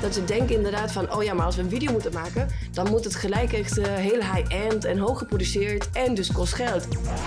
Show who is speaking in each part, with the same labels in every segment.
Speaker 1: Dat ze denken inderdaad van, oh ja, maar als we een video moeten maken, dan moet het gelijk echt heel high-end en hoog geproduceerd en dus kost geld.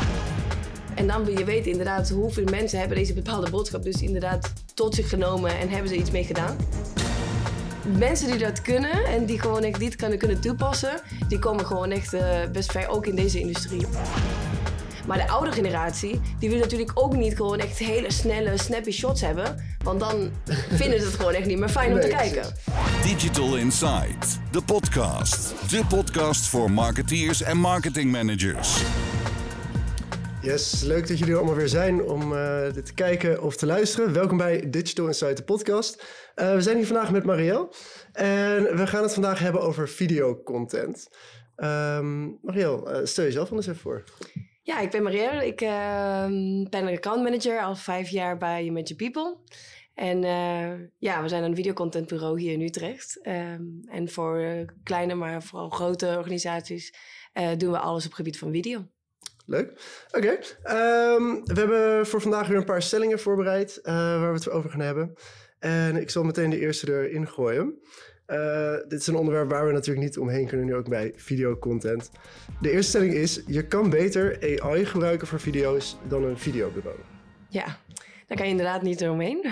Speaker 1: En dan wil je weten inderdaad hoeveel mensen hebben deze bepaalde boodschap dus inderdaad tot zich genomen en hebben ze iets mee gedaan. Mensen die dat kunnen en die gewoon echt dit kunnen toepassen, die komen gewoon echt best ver ook in deze industrie. Maar de oude generatie, die wil natuurlijk ook niet gewoon echt hele snelle, snappy shots hebben. Want dan vinden ze het gewoon echt niet meer fijn om te kijken.
Speaker 2: Digital Insight, de podcast. De podcast voor marketeers en marketingmanagers.
Speaker 3: Yes, leuk dat jullie er allemaal weer zijn om dit te kijken of te luisteren. Welkom bij Digital Insight, de podcast. We zijn hier vandaag met Marielle. En we gaan het vandaag hebben over videocontent. Marielle, stel jezelf anders even voor.
Speaker 1: Ja, ik ben Marielle. Ik ben een accountmanager al 5 jaar bij Magic People. En we zijn een videocontentbureau hier in Utrecht. En voor kleine, maar vooral grote organisaties doen we alles op het gebied van video.
Speaker 3: Leuk. Oké. We hebben voor vandaag weer een paar stellingen voorbereid waar we het over gaan hebben. En ik zal meteen de eerste erin gooien. Dit is een onderwerp waar we natuurlijk niet omheen kunnen, nu ook bij videocontent. De eerste stelling is, je kan beter AI gebruiken voor video's dan een videobureau.
Speaker 1: Ja, daar kan je inderdaad niet omheen.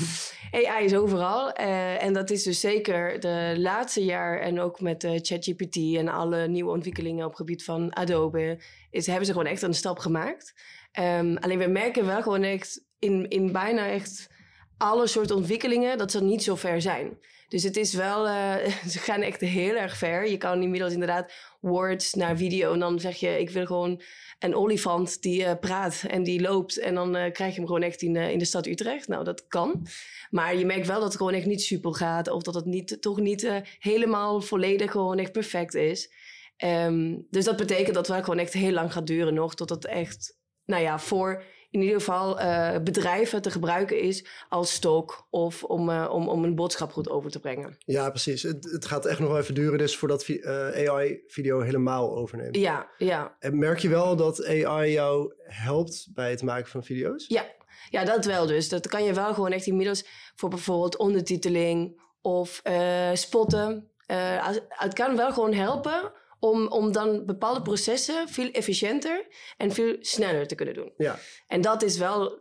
Speaker 1: AI is overal en dat is dus zeker de laatste jaar en ook met ChatGPT en alle nieuwe ontwikkelingen op het gebied van Adobe hebben ze gewoon echt een stap gemaakt. Alleen we merken wel gewoon echt in bijna echt alle soorten ontwikkelingen dat ze niet zo ver zijn. Dus het is wel, ze gaan echt heel erg ver. Je kan inmiddels inderdaad words naar video en dan zeg je, ik wil gewoon een olifant die praat en die loopt. En dan krijg je hem gewoon echt in de stad Utrecht. Nou, dat kan. Maar je merkt wel dat het gewoon echt niet super gaat. Of dat het toch niet helemaal volledig gewoon echt perfect is. Dus dat betekent dat het gewoon echt heel lang gaat duren nog. Tot het echt, voor in ieder geval bedrijven te gebruiken is als stok. Of om een boodschap goed over te brengen.
Speaker 3: Ja, precies. Het gaat echt nog wel even duren dus voordat AI video helemaal overneemt.
Speaker 1: Ja.
Speaker 3: En merk je wel dat AI jou helpt bij het maken van video's?
Speaker 1: Ja, dat wel dus. Dat kan je wel gewoon echt inmiddels voor bijvoorbeeld ondertiteling of spotten. Het kan wel gewoon helpen om dan bepaalde processen veel efficiënter en veel sneller te kunnen doen. Ja. En dat is wel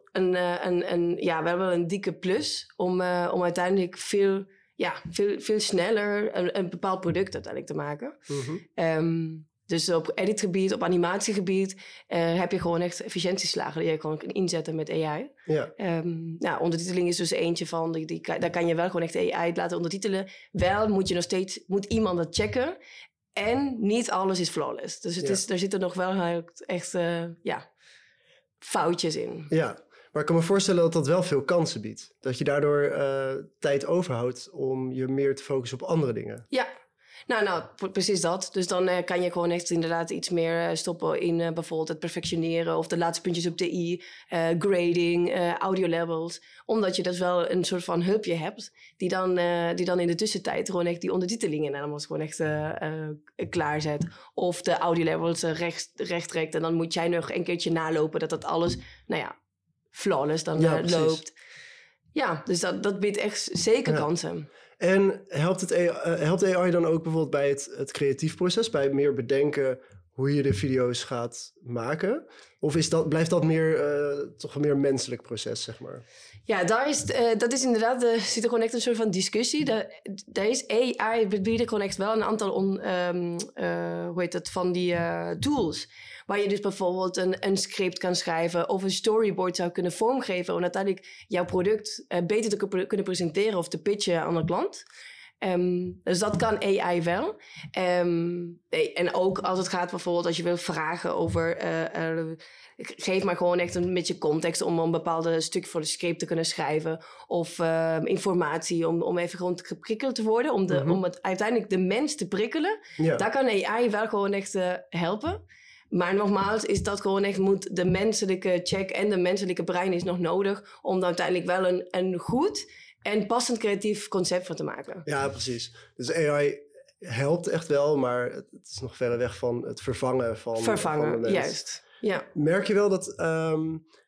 Speaker 1: een dikke plus om uiteindelijk veel sneller een bepaald product uiteindelijk te maken. Mm-hmm. Dus op editgebied, op animatiegebied heb je gewoon echt efficiëntieslagen die je gewoon kan inzetten met AI. Ja. Ondertiteling is dus eentje van, daar kan je wel gewoon echt AI laten ondertitelen. Wel moet iemand dat checken. En niet alles is flawless. Dus er zitten nog wel echt foutjes in. Ja,
Speaker 3: maar ik kan me voorstellen dat dat wel veel kansen biedt. Dat je daardoor tijd overhoudt om je meer te focussen op andere dingen.
Speaker 1: Ja, nou, precies dat. Dus dan kan je gewoon echt inderdaad iets meer stoppen in bijvoorbeeld het perfectioneren of de laatste puntjes op de i, grading, audio levels. Omdat je dus wel een soort van hulpje hebt die dan in de tussentijd gewoon echt die ondertitelingen en allemaal gewoon echt klaarzet. Of de audio levels recht trekt en dan moet jij nog een keertje nalopen dat alles, flawless dan loopt. Ja, dus dat biedt echt zeker kansen.
Speaker 3: En helpt AI dan ook bijvoorbeeld bij het creatief proces, bij meer bedenken hoe je de video's gaat maken? Of blijft dat toch een meer menselijk proces, zeg maar?
Speaker 1: Ja, dat is inderdaad, er zit er gewoon echt een soort van discussie. Daar is AI, biedt gewoon echt wel een aantal van die tools. Waar je dus bijvoorbeeld een script kan schrijven of een storyboard zou kunnen vormgeven om uiteindelijk jouw product beter te kunnen presenteren of te pitchen aan de klant. Dus dat kan AI wel. En ook als het gaat bijvoorbeeld als je wil vragen over geef maar gewoon echt een beetje context om een bepaalde stuk voor de script te kunnen schrijven. Of informatie om even gewoon geprikkeld te worden. Om het uiteindelijk de mens te prikkelen. Ja. Daar kan AI wel gewoon echt helpen. Maar nogmaals is dat gewoon echt moet de menselijke check en de menselijke brein is nog nodig. Om daar uiteindelijk wel een goed en passend creatief concept van te maken.
Speaker 3: Ja, precies. Dus AI helpt echt wel, maar het is nog verder weg van het vervangen van de mens.
Speaker 1: Juist. Ja.
Speaker 3: Merk je wel dat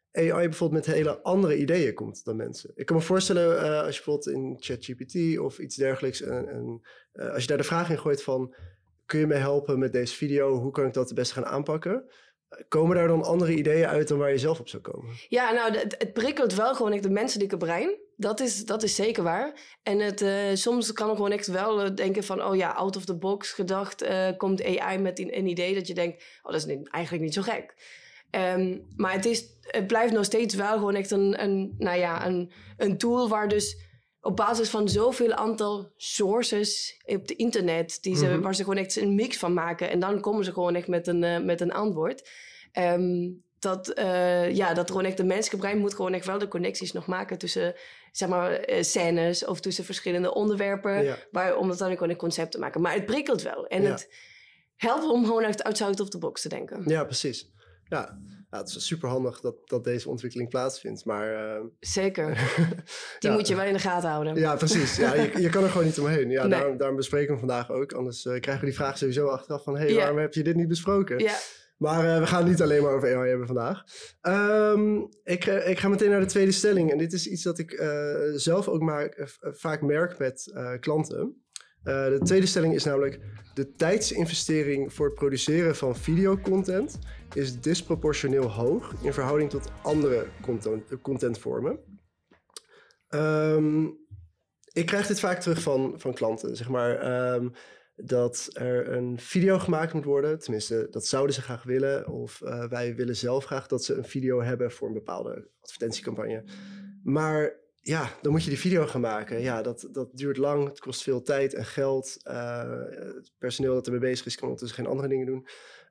Speaker 3: AI bijvoorbeeld met hele andere ideeën komt dan mensen. Ik kan me voorstellen, als je bijvoorbeeld in ChatGPT of iets dergelijks, als je daar de vraag in gooit van, kun je me helpen met deze video? Hoe kan ik dat het beste gaan aanpakken? Komen daar dan andere ideeën uit dan waar je zelf op zou komen?
Speaker 1: Ja, nou, het prikkelt wel gewoon echt het menselijke brein. Dat is zeker waar. En soms kan er gewoon echt wel denken van, oh ja, out of the box gedacht, komt AI met een idee dat je denkt, oh, dat is eigenlijk niet zo gek. Maar het blijft nog steeds wel gewoon echt een tool waar dus op basis van zoveel aantal sources op het internet, waar ze gewoon echt een mix van maken. En dan komen ze gewoon echt met een antwoord. Dat gewoon echt de menselijke brein moet gewoon echt wel de connecties nog maken tussen, zeg maar, scènes of tussen verschillende onderwerpen. Ja. Om dat dan gewoon een concept te maken. Maar het prikkelt wel. En het helpt om gewoon echt outside of the box te denken.
Speaker 3: Ja, precies. Ja, het is super handig dat deze ontwikkeling plaatsvindt. Maar,
Speaker 1: zeker. Die moet je wel in de gaten houden.
Speaker 3: Ja, precies. Ja, je kan er gewoon niet omheen. Ja, nee. daarom bespreken we hem vandaag ook. Anders krijgen we die vraag sowieso achteraf van, waarom heb je dit niet besproken? Ja. Maar we gaan het niet alleen maar over AI hebben vandaag. Ik ga meteen naar de tweede stelling. En dit is iets dat ik zelf ook vaak merk met klanten. De tweede stelling is namelijk: de tijdsinvestering voor het produceren van videocontent is disproportioneel hoog in verhouding tot andere contentvormen. Ik krijg dit vaak terug van klanten, zeg maar. Dat er een video gemaakt moet worden. Tenminste, dat zouden ze graag willen. Of wij willen zelf graag dat ze een video hebben voor een bepaalde advertentiecampagne. Maar ja, dan moet je die video gaan maken. Ja, dat duurt lang. Het kost veel tijd en geld. Het personeel dat ermee bezig is kan ondertussen geen andere dingen doen.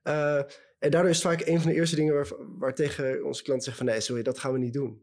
Speaker 3: En daardoor is het vaak een van de eerste dingen waar tegen onze klanten zeggen van, nee, sorry, dat gaan we niet doen.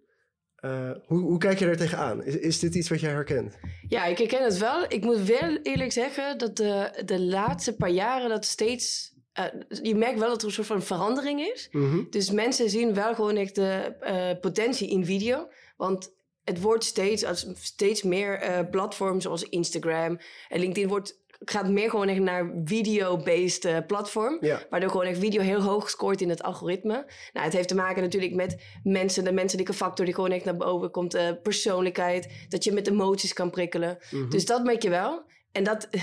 Speaker 3: Hoe kijk je er tegenaan? Is dit iets wat jij herkent?
Speaker 1: Ja, ik herken het wel. Ik moet wel eerlijk zeggen dat de laatste paar jaren dat steeds... je merkt wel dat er een soort van verandering is. Mm-hmm. Dus mensen zien wel gewoon echt de potentie in video. Want het wordt steeds meer platforms zoals Instagram en LinkedIn gaat meer gewoon echt naar video-based platform. Ja. Waardoor gewoon echt video heel hoog scoort in het algoritme. Nou, het heeft te maken natuurlijk met de menselijke factor die gewoon echt naar boven komt. Persoonlijkheid, dat je met emoties kan prikkelen. Mm-hmm. Dus dat merk je wel. En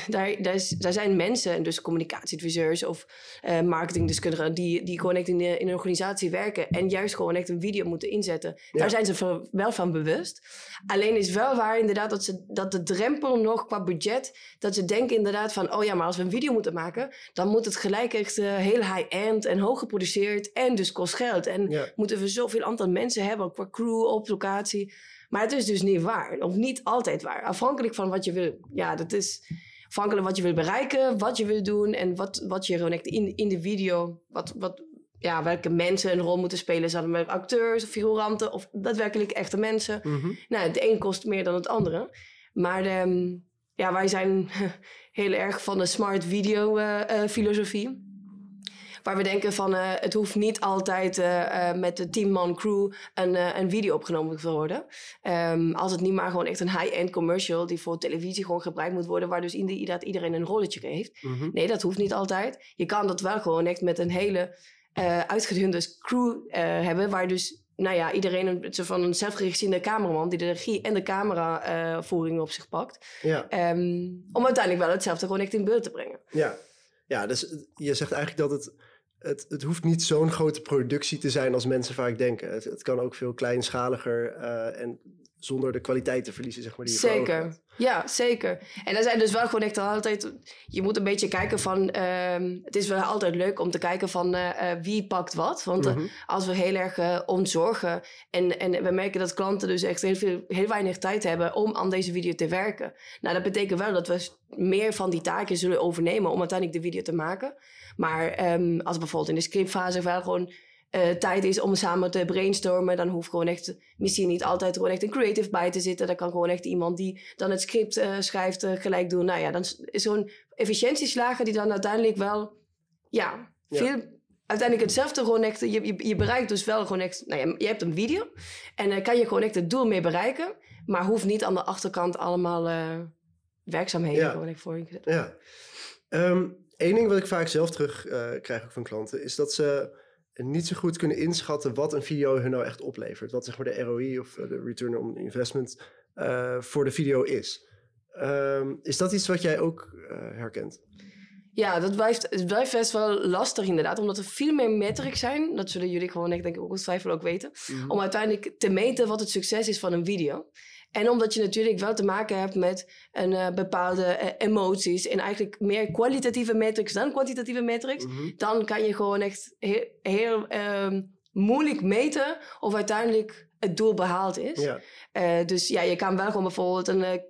Speaker 1: daar zijn mensen, en dus communicatieadviseurs of marketingdeskundigen, die gewoon echt in een organisatie werken en juist gewoon echt een video moeten inzetten. Ja. Daar zijn ze wel van bewust. Alleen is wel waar inderdaad dat de drempel nog qua budget, dat ze denken inderdaad van, oh ja, maar als we een video moeten maken, dan moet het gelijk echt heel high-end en hoog geproduceerd en dus kost geld. En moeten we zoveel aantal mensen hebben qua crew op locatie. Maar het is dus niet waar. Of niet altijd waar. Afhankelijk van wat je wil. Ja, dat is afhankelijk wat je wil bereiken. Wat je wil doen. En wat je gewoon echt in de video... welke mensen een rol moeten spelen. Zijn het acteurs of figuranten. Of daadwerkelijk echte mensen. Mm-hmm. Nou, het een kost meer dan het andere. Maar wij zijn heel erg van de smart video filosofie. Waar we denken van het hoeft niet altijd met de 10-man crew een video opgenomen te worden. Als het niet maar gewoon echt een high-end commercial die voor televisie gewoon gebruikt moet worden. Waar dus inderdaad iedereen een rolletje heeft. Mm-hmm. Nee, dat hoeft niet altijd. Je kan dat wel gewoon echt met een hele uitgedunde crew hebben. Waar dus iedereen een soort van een zelfgeregisseerde cameraman die de regie en de cameravoering op zich pakt. Ja. Om uiteindelijk wel hetzelfde gewoon echt in beeld te brengen.
Speaker 3: Ja, dus je zegt eigenlijk dat het hoeft niet zo'n grote productie te zijn als mensen vaak denken. Het kan ook veel kleinschaliger en zonder de kwaliteit te verliezen, zeg maar. Die je
Speaker 1: zeker, ja, zeker. En er zijn dus wel gewoon echt altijd... Je moet een beetje kijken van... het is wel altijd leuk om te kijken van wie pakt wat. Want als we heel erg ontzorgen... En we merken dat klanten dus echt heel weinig tijd hebben om aan deze video te werken. Nou, dat betekent wel dat we meer van die taken zullen overnemen om uiteindelijk de video te maken. Maar als bijvoorbeeld in de scriptfase wel gewoon... tijd is om samen te brainstormen, dan hoeft gewoon echt misschien niet altijd gewoon echt een creative bij te zitten. Dan kan gewoon echt iemand die dan het script schrijft gelijk doen. Nou ja, dan is zo'n efficiëntieslagen die dan uiteindelijk wel veel uiteindelijk hetzelfde gewoon echt. Je bereikt dus wel gewoon echt. Je hebt een video en kan je gewoon echt het doel mee bereiken, maar hoeft niet aan de achterkant allemaal werkzaamheden gewoon echt voor je te zetten.
Speaker 3: Ja. Eén ding wat ik vaak zelf terug krijg ook van klanten is dat ze niet zo goed kunnen inschatten wat een video hun nou echt oplevert. Wat zeg maar de ROI of de return on investment voor de video is. Is dat iets wat jij ook herkent?
Speaker 1: Ja, het blijft best wel lastig inderdaad. Omdat er veel meer metrics zijn. Dat zullen jullie gewoon denk ik ook ongetwijfeld ook weten. Mm-hmm. Om uiteindelijk te meten wat het succes is van een video. En omdat je natuurlijk wel te maken hebt met een bepaalde emoties. En eigenlijk meer kwalitatieve metrics dan kwantitatieve metrics. Mm-hmm. Dan kan je gewoon echt heel moeilijk meten of uiteindelijk het doel behaald is. Ja. Dus ja, je kan wel gewoon bijvoorbeeld een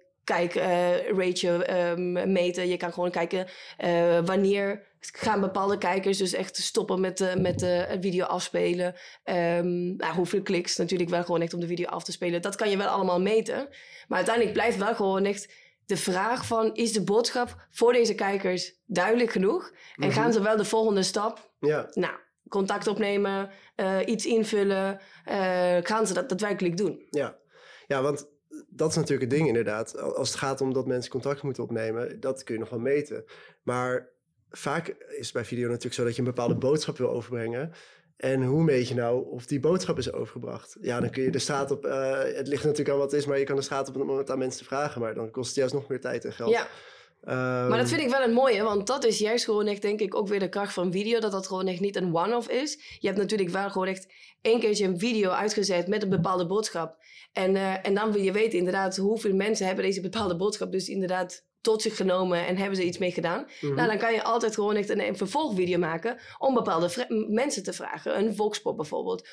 Speaker 1: ratio meten. Je kan gewoon kijken wanneer gaan bepaalde kijkers dus echt stoppen met de video afspelen. Hoeveel kliks natuurlijk wel gewoon echt om de video af te spelen. Dat kan je wel allemaal meten. Maar uiteindelijk blijft wel gewoon echt de vraag van, is de boodschap voor deze kijkers duidelijk genoeg? Mm-hmm. En gaan ze wel de volgende stap? Ja. Nou, contact opnemen, iets invullen. Gaan ze dat daadwerkelijk doen?
Speaker 3: Ja, want dat is natuurlijk het ding inderdaad. Als het gaat om dat mensen contact moeten opnemen, dat kun je nog wel meten. Maar vaak is het bij video natuurlijk zo dat je een bepaalde boodschap wil overbrengen. En hoe meet je nou of die boodschap is overgebracht? Ja, dan kun je de straat op... het ligt natuurlijk aan wat het is, maar je kan de straat op het moment aan mensen te vragen. Maar dan kost het juist nog meer tijd en geld.
Speaker 1: Ja. Maar dat vind ik wel een mooie, want dat is juist gewoon echt, denk ik, ook weer de kracht van video. Dat gewoon echt niet een one-off is. Je hebt natuurlijk wel gewoon echt 1 keertje een video uitgezet met een bepaalde boodschap. En dan wil je weten inderdaad hoeveel mensen hebben deze bepaalde boodschap dus inderdaad tot zich genomen en hebben ze iets mee gedaan. Mm-hmm. Nou, dan kan je altijd gewoon echt een vervolgvideo maken om bepaalde mensen te vragen. Een voxpop bijvoorbeeld.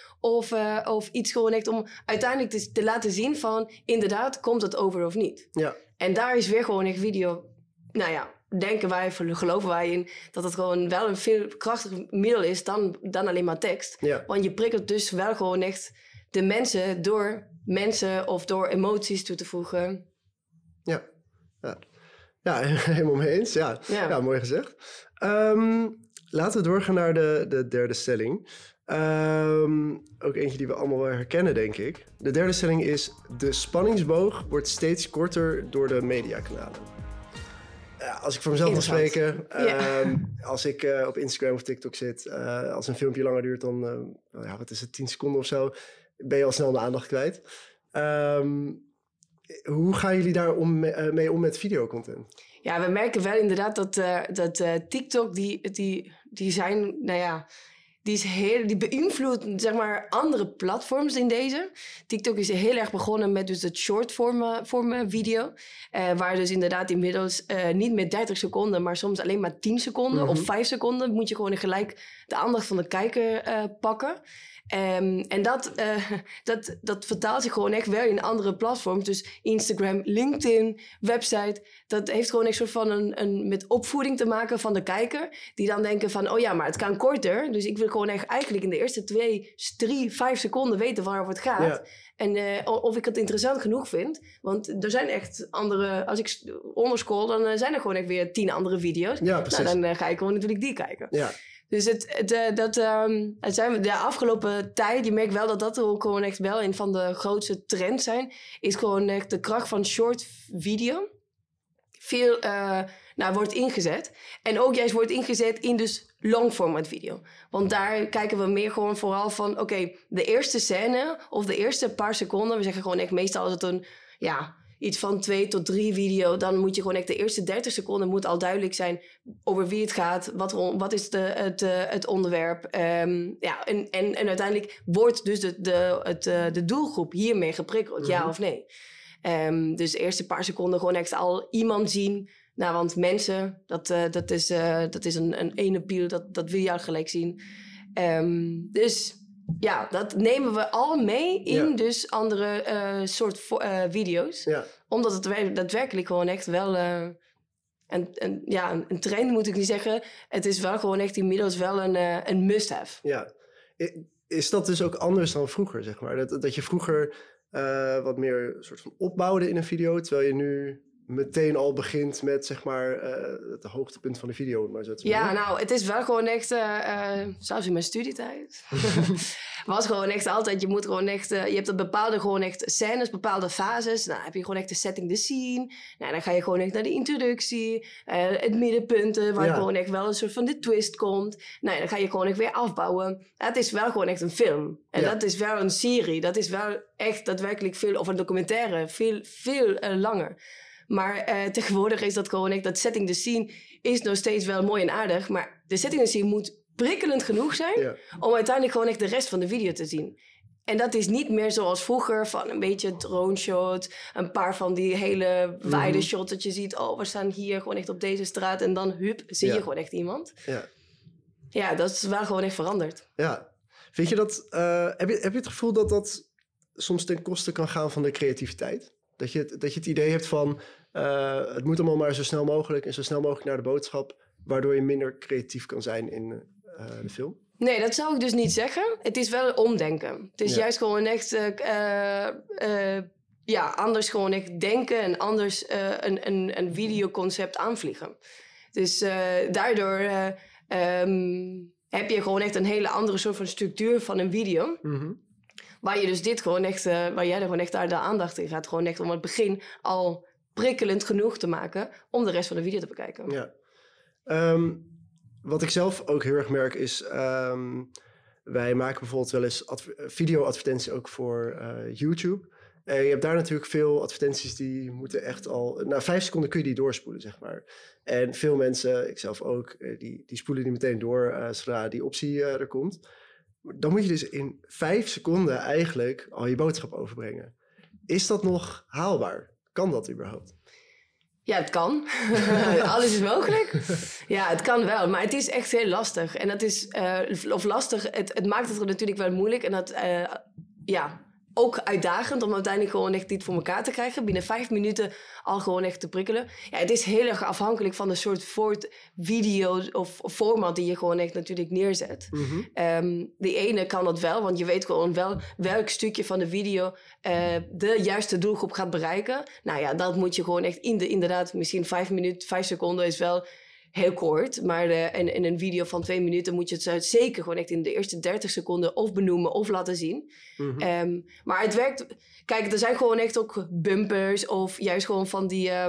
Speaker 1: Of iets gewoon echt om uiteindelijk te laten zien van, inderdaad, komt het over of niet. Ja. En daar is weer gewoon echt video... Nou ja, geloven wij in dat het gewoon wel een veel krachtiger middel is dan alleen maar tekst. Ja. Want je prikkelt dus wel gewoon echt de mensen door mensen of door emoties toe te voegen.
Speaker 3: Ja, helemaal mee eens. Ja, mooi gezegd. Laten we doorgaan naar de derde stelling. Ook eentje die we allemaal wel herkennen, denk ik. De derde stelling is: de spanningsboog wordt steeds korter door de mediakanalen. Als ik voor mezelf mag spreken, als ik op Instagram of TikTok zit, als een filmpje langer duurt dan, 10 seconden of zo, ben je al snel de aandacht kwijt. Hoe gaan jullie daar mee om met videocontent?
Speaker 1: Ja, we merken wel inderdaad dat TikTok, die zijn, die beïnvloedt zeg maar andere platforms in deze. TikTok is heel erg begonnen met dus het shortform video. Waar dus inderdaad inmiddels niet meer 30 seconden, maar soms alleen maar 10 seconden of 5 seconden moet je gewoon gelijk de aandacht van de kijker pakken. En dat vertaalt zich gewoon echt wel in andere platforms. Dus Instagram, LinkedIn, website. Dat heeft gewoon echt soort van een met opvoeding te maken van de kijker. Die dan denken van, oh ja, maar het kan korter. Dus ik wil gewoon echt eigenlijk in de eerste 2, 3, 5 seconden weten waarover het gaat. Ja. En of ik het interessant genoeg vind. Want er zijn echt andere... Als ik onderscroll, dan zijn er gewoon echt weer 10 andere video's. Ja, precies. Nou, dan ga ik gewoon natuurlijk die kijken. Ja. Dus het zijn de afgelopen tijd, je merkt wel dat ook gewoon echt wel een van de grootste trends zijn, is gewoon echt de kracht van short video. Veel wordt ingezet. En ook juist wordt ingezet in dus long format video. Want daar kijken we meer gewoon vooral van, oké, de eerste scène of de eerste paar seconden, we zeggen gewoon echt meestal als het een, iets van 2 tot 3 video, dan moet je gewoon echt de eerste 30 seconden moet al duidelijk zijn over wie het gaat, wat is het onderwerp. En uiteindelijk wordt dus de doelgroep hiermee geprikkeld, ja of nee. Dus de eerste paar seconden gewoon echt al iemand zien. Nou, want mensen, dat is een ene piel, dat wil je al gelijk zien. Dus ja, dat nemen we al mee in dus andere soort video's. Ja. Omdat het daadwerkelijk gewoon echt wel... een trend moet ik niet zeggen. Het is wel gewoon echt inmiddels wel een must-have.
Speaker 3: Ja. Is dat dus ook anders dan vroeger, zeg maar? Dat je vroeger wat meer soort van opbouwde in een video, terwijl je nu meteen al begint met, zeg maar, het hoogtepunt van de video. Maar zo te
Speaker 1: Ja,
Speaker 3: zeggen.
Speaker 1: nou, het is wel gewoon echt, zelfs in mijn studietijd, was gewoon echt altijd, je moet gewoon echt, je hebt een bepaalde gewoon echt scènes, bepaalde fases. Nou, dan heb je gewoon echt de setting, de scene. Nou, dan ga je gewoon echt naar de introductie, het middenpunten, waar gewoon echt wel een soort van de twist komt. Nou, dan ga je gewoon echt weer afbouwen. Het is wel gewoon echt een film. En dat is wel een serie. Dat is wel echt daadwerkelijk veel, of een documentaire, veel langer. Maar tegenwoordig is dat gewoon echt, dat setting, de scene is nog steeds wel mooi en aardig. Maar de setting, de scene moet prikkelend genoeg zijn om uiteindelijk gewoon echt de rest van de video te zien. En dat is niet meer zoals vroeger van een beetje drone shot, een paar van die hele wijde shots dat je ziet. Oh, we staan hier gewoon echt op deze straat en dan hup, zie je gewoon echt iemand. Ja, dat is wel gewoon echt veranderd.
Speaker 3: Ja. Vind je dat, heb je het gevoel dat dat soms ten koste kan gaan van de creativiteit? Dat je het idee hebt van, het moet allemaal maar zo snel mogelijk en zo snel mogelijk naar de boodschap, waardoor je minder creatief kan zijn in de film? Nee,
Speaker 1: dat zou ik dus niet zeggen. Het is wel omdenken. Het is juist gewoon echt anders gewoon echt denken en anders een videoconcept aanvliegen. Dus daardoor heb je gewoon echt een hele andere soort van structuur van een video. Waar je dus dit gewoon echt, waar jij er gewoon echt daar de aandacht in gaat. Gewoon echt om het begin al prikkelend genoeg te maken om de rest van de video te bekijken.
Speaker 3: Ja. Wat ik zelf ook heel erg merk is, wij maken bijvoorbeeld wel eens video-advertenties ook voor YouTube. Je hebt daar natuurlijk veel advertenties die moeten echt al, na 5 seconden kun je die doorspoelen, zeg maar. En veel mensen, ik zelf ook, die spoelen die meteen door zodra die optie er komt. Dan moet je dus in 5 seconden eigenlijk al je boodschap overbrengen. Is dat nog haalbaar? Kan dat überhaupt?
Speaker 1: Ja, het kan. Alles is mogelijk. Ja, het kan wel. Maar het is echt heel lastig. En dat is, of lastig, het maakt het natuurlijk wel moeilijk. En dat, ook uitdagend om uiteindelijk gewoon echt dit voor elkaar te krijgen. Binnen 5 minuten al gewoon echt te prikkelen. Ja, het is heel erg afhankelijk van de soort video of format die je gewoon echt natuurlijk neerzet. De ene kan dat wel, want je weet gewoon wel welk stukje van de video de juiste doelgroep gaat bereiken. Nou ja, dat moet je gewoon echt inderdaad, misschien 5 seconden is wel heel kort. Maar in een video van 2 minuten moet je het zeker gewoon echt in de eerste 30 seconden of benoemen of laten zien. Maar het werkt. Kijk, er zijn gewoon echt ook bumpers of juist gewoon van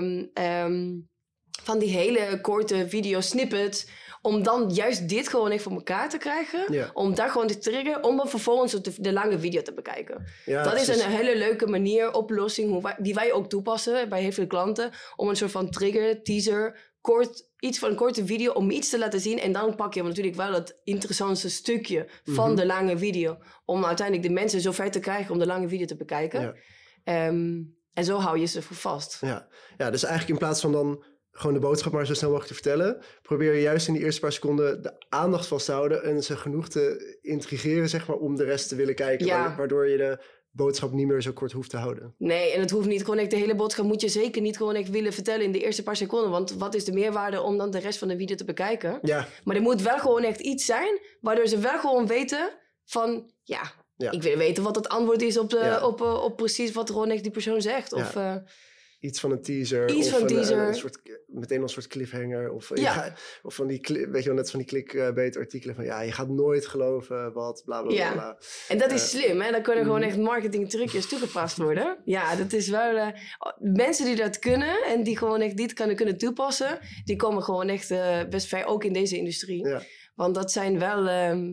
Speaker 1: die hele korte video snippets. Om dan juist dit gewoon echt voor elkaar te krijgen. Ja. Om daar gewoon te triggeren. Om dan vervolgens de lange video te bekijken. Ja, dat is een hele leuke manier, oplossing. Die wij ook toepassen bij heel veel klanten. Om een soort van trigger, teaser, iets van een korte video om iets te laten zien. En dan pak je natuurlijk wel het interessantste stukje van de lange video. Om uiteindelijk de mensen zover te krijgen om de lange video te bekijken. Ja. En zo hou je ze voor vast. Ja, dus eigenlijk in plaats van dan gewoon de boodschap maar zo snel mogelijk te vertellen, probeer je juist in die eerste paar seconden de aandacht vast te houden en ze genoeg te intrigeren, zeg maar, om de rest te willen kijken. Ja. Waardoor je de boodschap niet meer zo kort hoeft te houden. Nee, en het hoeft niet gewoon echt, de hele boodschap moet je zeker niet gewoon echt willen vertellen in de eerste paar seconden. Want wat is de meerwaarde om dan de rest van de video te bekijken? Ja. Maar er moet wel gewoon echt iets zijn, waardoor ze wel gewoon weten van, ik wil weten wat het antwoord is op precies wat gewoon echt die persoon zegt. Of iets van een teaser. Een soort, meteen een soort cliffhanger. Of van die, weet je wel, net van die clickbait artikelen van je gaat nooit geloven wat, bla bla bla. En dat is slim, hè? Dan kunnen gewoon echt marketing trucjes toegepast worden. Ja, dat is wel mensen die dat kunnen en die gewoon echt dit kunnen toepassen, die komen gewoon echt best ver, ook in deze industrie. Ja. Want dat zijn wel,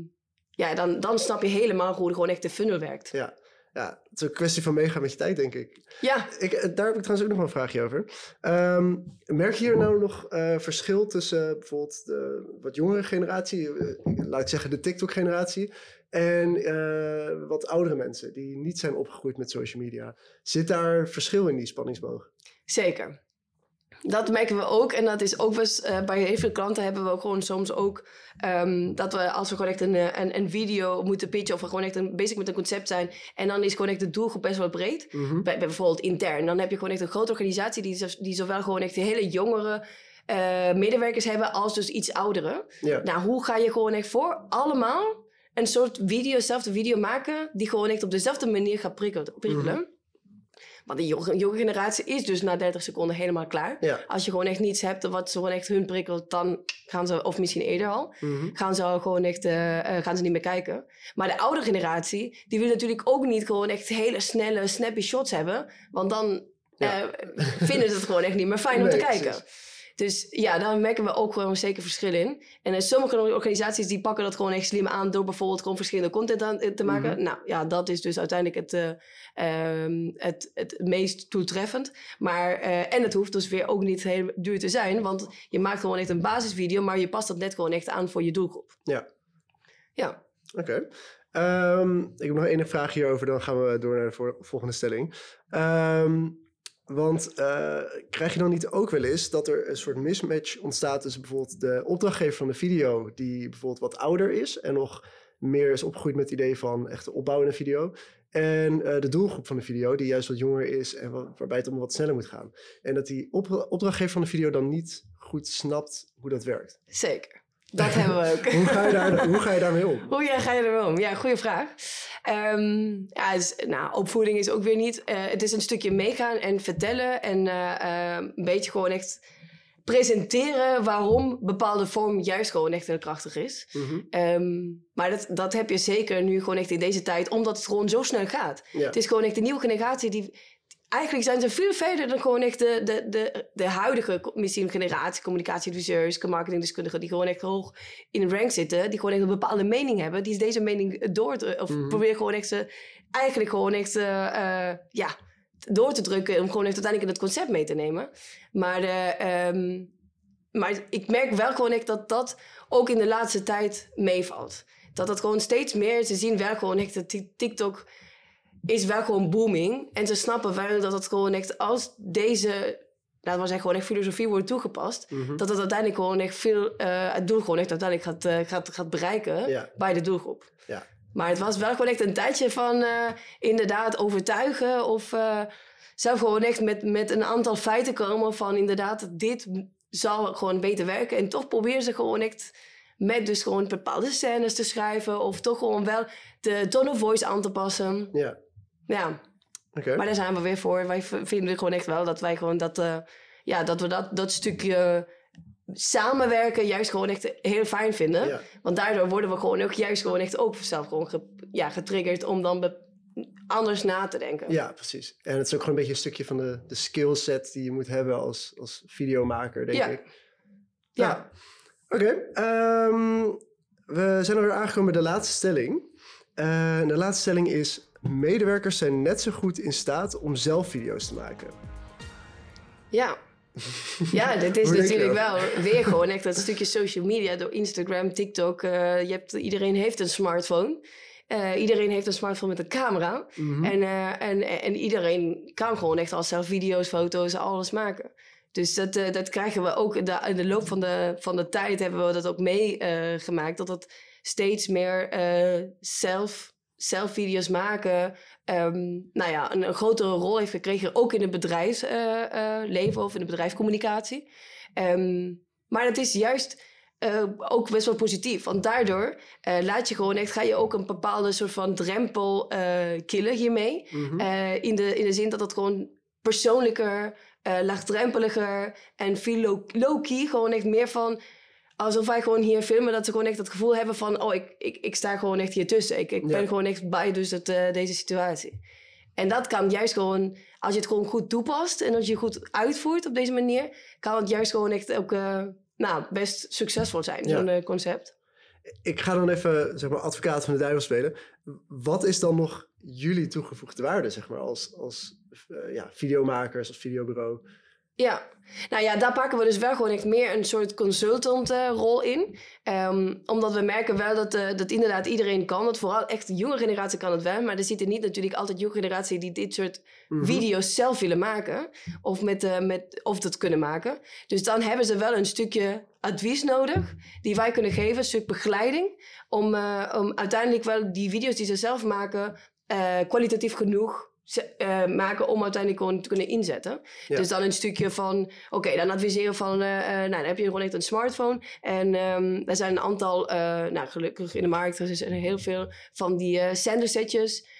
Speaker 1: dan snap je helemaal hoe gewoon echt de funnel werkt. Ja, het is een kwestie van meegaan met je tijd, denk ik. Ja. Daar heb ik trouwens ook nog wel een vraagje over. Merk je hier nou nog verschil tussen bijvoorbeeld de wat jongere generatie, laat ik zeggen de TikTok-generatie, en wat oudere mensen die niet zijn opgegroeid met social media? Zit daar verschil in die spanningsboog? Zeker. Dat merken we ook. En dat is ook best, bij heel veel klanten hebben we ook gewoon soms ook dat we, als we gewoon echt een video moeten pitchen of we gewoon echt bezig met een concept zijn, en dan is gewoon echt de doelgroep best wel breed. Bij bijvoorbeeld intern. Dan heb je gewoon echt een grote organisatie die zowel gewoon echt hele jongere medewerkers hebben als dus iets oudere. Ja. Nou, hoe ga je gewoon echt voor allemaal een soort dezelfde video maken die gewoon echt op dezelfde manier gaat prikkelen? Want de jonge generatie is dus na 30 seconden helemaal klaar.
Speaker 3: Ja.
Speaker 1: Als je gewoon echt niets hebt wat ze gewoon echt hun prikkelt, dan gaan ze, of misschien eerder al, gaan ze al gewoon echt, gaan ze niet meer kijken. Maar de oude generatie, die wil natuurlijk ook niet gewoon echt hele snelle, snappy shots hebben. Want dan vinden ze het gewoon echt niet meer fijn om te kijken. Precies. Dus ja, daar merken we ook gewoon zeker verschil in. En sommige organisaties die pakken dat gewoon echt slim aan door bijvoorbeeld gewoon verschillende content te maken. Nou ja, dat is dus uiteindelijk het meest toetreffend. Maar, en het hoeft dus weer ook niet heel duur te zijn. Want je maakt gewoon echt een basisvideo, maar je past dat net gewoon echt aan voor je doelgroep. Ja.
Speaker 3: Oké. Ik heb nog één vraag hierover, dan gaan we door naar de volgende stelling. Want krijg je dan niet ook wel eens dat er een soort mismatch ontstaat tussen bijvoorbeeld de opdrachtgever van de video, die bijvoorbeeld wat ouder is en nog meer is opgegroeid met het idee van echt opbouwende video, en de doelgroep van de video, die juist wat jonger is en waarbij het allemaal wat sneller moet gaan. En dat die opdrachtgever van de video dan niet goed snapt hoe dat werkt.
Speaker 1: Zeker. Dat hebben we ook.
Speaker 3: Hoe ga je daarmee om?
Speaker 1: Hoe ga je ermee om? Ja, goede vraag. Opvoeding is ook weer niet. Het is een stukje meegaan en vertellen en een beetje gewoon echt presenteren waarom bepaalde vorm juist gewoon echt heel krachtig is. Maar dat heb je zeker nu gewoon echt in deze tijd, omdat het gewoon zo snel gaat. Ja. Het is gewoon echt de nieuwe generatie die... Eigenlijk zijn ze veel verder dan gewoon echt de huidige misschien generatie, communicatieadviseurs, marketingdeskundigen, die gewoon echt hoog in de rank zitten, die gewoon echt een bepaalde mening hebben, die deze mening proberen gewoon echt eigenlijk gewoon echt door te drukken om gewoon echt uiteindelijk in het concept mee te nemen. Maar ik merk wel gewoon echt dat ook in de laatste tijd meevalt. Dat gewoon steeds meer, ze zien wel gewoon echt dat TikTok is wel gewoon booming. En ze snappen wel dat het gewoon echt als deze, laten we zeggen, gewoon echt filosofie wordt toegepast, dat het uiteindelijk gewoon echt veel, het doel gewoon echt uiteindelijk gaat bereiken bij de doelgroep. Ja. Maar het was wel gewoon echt een tijdje van inderdaad overtuigen of zelf gewoon echt met een aantal feiten komen van inderdaad, dit zal gewoon beter werken. En toch proberen ze gewoon echt met dus gewoon bepaalde scènes te schrijven of toch gewoon wel de tone of voice aan te passen. Ja. Okay. Maar daar zijn we weer voor. Wij vinden gewoon echt wel dat wij gewoon dat we dat stukje samenwerken juist gewoon echt heel fijn vinden. Ja. Want daardoor worden we gewoon ook juist gewoon echt ook zelf gewoon getriggerd om dan anders na te denken. Ja,
Speaker 3: precies. En het is ook gewoon een beetje een stukje van de skillset die je moet hebben als videomaker, denk ik.
Speaker 1: Ja.
Speaker 3: Oké. We zijn alweer aangekomen bij de laatste stelling. De laatste stelling is: medewerkers zijn net zo goed in staat om zelf video's te maken.
Speaker 1: Ja, dit is natuurlijk wel weer gewoon echt dat stukje social media door Instagram, TikTok. Iedereen heeft een smartphone. Iedereen heeft een smartphone met een camera. En iedereen kan gewoon echt al zelf video's, foto's, alles maken. Dus dat krijgen we ook in de loop van de tijd hebben we dat ook meegemaakt. Dat het steeds meer zelf video's maken een grotere rol heeft gekregen, ook in het bedrijfsleven of in de bedrijfscommunicatie. Maar dat is juist ook best wel positief, want daardoor ga je ook een bepaalde soort van drempel killen hiermee. In de zin dat het gewoon persoonlijker, laagdrempeliger en veel low-key gewoon echt meer van alsof wij gewoon hier filmen, dat ze gewoon echt het gevoel hebben van ik sta gewoon echt hier tussen. Ik ben gewoon echt bij deze situatie. En dat kan juist gewoon, als je het gewoon goed toepast en als je goed uitvoert op deze manier, kan het juist gewoon echt ook best succesvol zijn, zo'n concept.
Speaker 3: Ik ga dan even, zeg maar, advocaat van de duivel spelen. Wat is dan nog jullie toegevoegde waarde, zeg maar, als videomakers, als videobureau?
Speaker 1: Ja, daar pakken we dus wel gewoon echt meer een soort consultant-rol in. Omdat we merken wel dat inderdaad iedereen kan. Dat vooral echt de jonge generatie kan het wel. Maar er zitten niet natuurlijk altijd jonge generatie die dit soort video's zelf willen maken. Of dat kunnen maken. Dus dan hebben ze wel een stukje advies nodig die wij kunnen geven. Een stuk begeleiding. Om uiteindelijk wel die video's die ze zelf maken kwalitatief genoeg maken om uiteindelijk gewoon te kunnen inzetten. Ja. Dus dan een stukje van, dan adviseren van, dan heb je gewoon echt een smartphone. En er zijn een aantal, gelukkig in de markt, er zijn heel veel van die sendersetjes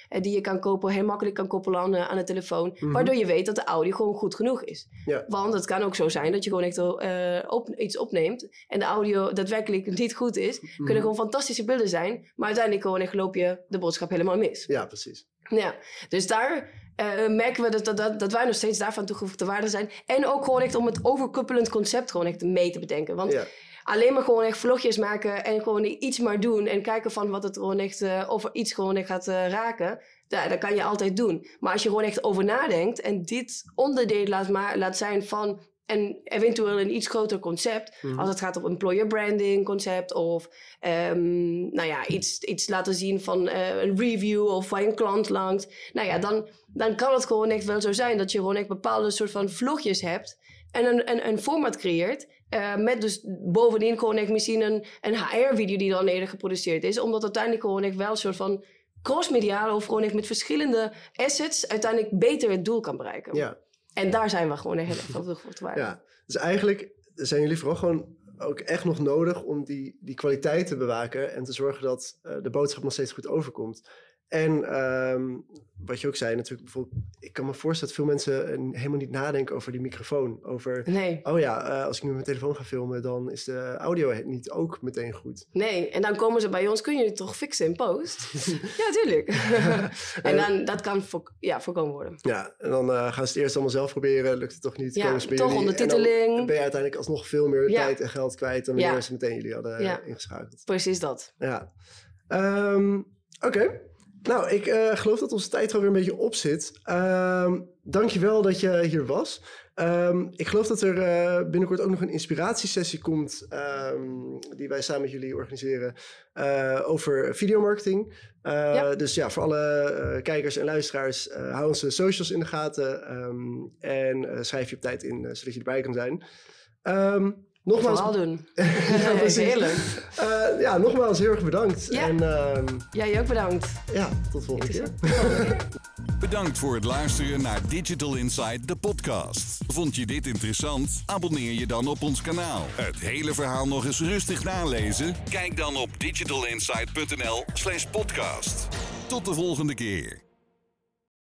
Speaker 1: die je kan kopen, heel makkelijk kan koppelen aan de telefoon. Waardoor je weet dat de audio gewoon goed genoeg is.
Speaker 3: Ja.
Speaker 1: Want het kan ook zo zijn dat je gewoon echt iets opneemt en de audio daadwerkelijk niet goed is. Kunnen gewoon fantastische beelden zijn, maar uiteindelijk gewoon echt loop je de boodschap helemaal mis.
Speaker 3: Ja, precies.
Speaker 1: Ja, dus daar merken we dat wij nog steeds daarvan toegevoegde waarde zijn. En ook gewoon echt om het overkoepelend concept gewoon echt mee te bedenken. Want alleen maar gewoon echt vlogjes maken en gewoon iets maar doen. En kijken van wat het gewoon echt, of er iets gewoon echt gaat raken. Ja, dat kan je altijd doen. Maar als je gewoon echt over nadenkt en dit onderdeel laat zijn van en eventueel een iets groter concept. Als het gaat om employer branding concept of iets laten zien van een review of bij een klant langs. Nou ja, dan kan het gewoon echt wel zo zijn dat je gewoon echt bepaalde soort van vlogjes hebt en een format creëert. Met dus bovenin gewoon echt misschien een HR-video die dan eerder geproduceerd is. Omdat uiteindelijk gewoon echt wel een soort van crossmediaal of gewoon echt met verschillende assets uiteindelijk beter het doel kan bereiken.
Speaker 3: Ja.
Speaker 1: En daar zijn we gewoon echt heel erg van toegevoegde waarde.
Speaker 3: Ja, dus eigenlijk zijn jullie vooral gewoon ook echt nog nodig om die kwaliteit te bewaken en te zorgen dat de boodschap nog steeds goed overkomt. En wat je ook zei natuurlijk, bijvoorbeeld, ik kan me voorstellen dat veel mensen helemaal niet nadenken over die microfoon. Over, als ik nu mijn telefoon ga filmen, dan is de audio niet ook meteen goed.
Speaker 1: Nee, en dan komen ze bij ons, kun je het toch fixen in post? Ja, tuurlijk. En dan, dat kan voorkomen worden.
Speaker 3: Ja, en dan gaan ze het eerst allemaal zelf proberen, lukt het toch niet.
Speaker 1: Ja, toch ondertiteling.
Speaker 3: En dan ben je uiteindelijk alsnog veel meer tijd en geld kwijt dan wanneer ze meteen jullie hadden ingeschakeld.
Speaker 1: Precies dat.
Speaker 3: Ja. Oké. Nou, ik geloof dat onze tijd alweer een beetje op zit. Dankjewel dat je hier was. Ik geloof dat er binnenkort ook nog een inspiratiesessie komt die wij samen met jullie organiseren over videomarketing. Dus ja, voor alle kijkers en luisteraars, hou onze socials in de gaten en schrijf je op tijd in zodat je erbij kan zijn. Nogmaals,
Speaker 1: vooral doen.
Speaker 3: Ja,
Speaker 1: dat is heerlijk.
Speaker 3: Nogmaals heel erg bedankt.
Speaker 1: Ja.
Speaker 3: En,
Speaker 1: jij ook bedankt.
Speaker 3: Ja, tot de volgende keer.
Speaker 2: Bedankt voor het luisteren naar Digital Insight, de podcast. Vond je dit interessant? Abonneer je dan op ons kanaal. Het hele verhaal nog eens rustig nalezen? Kijk dan op digitalinsight.nl/podcast. Tot de volgende keer.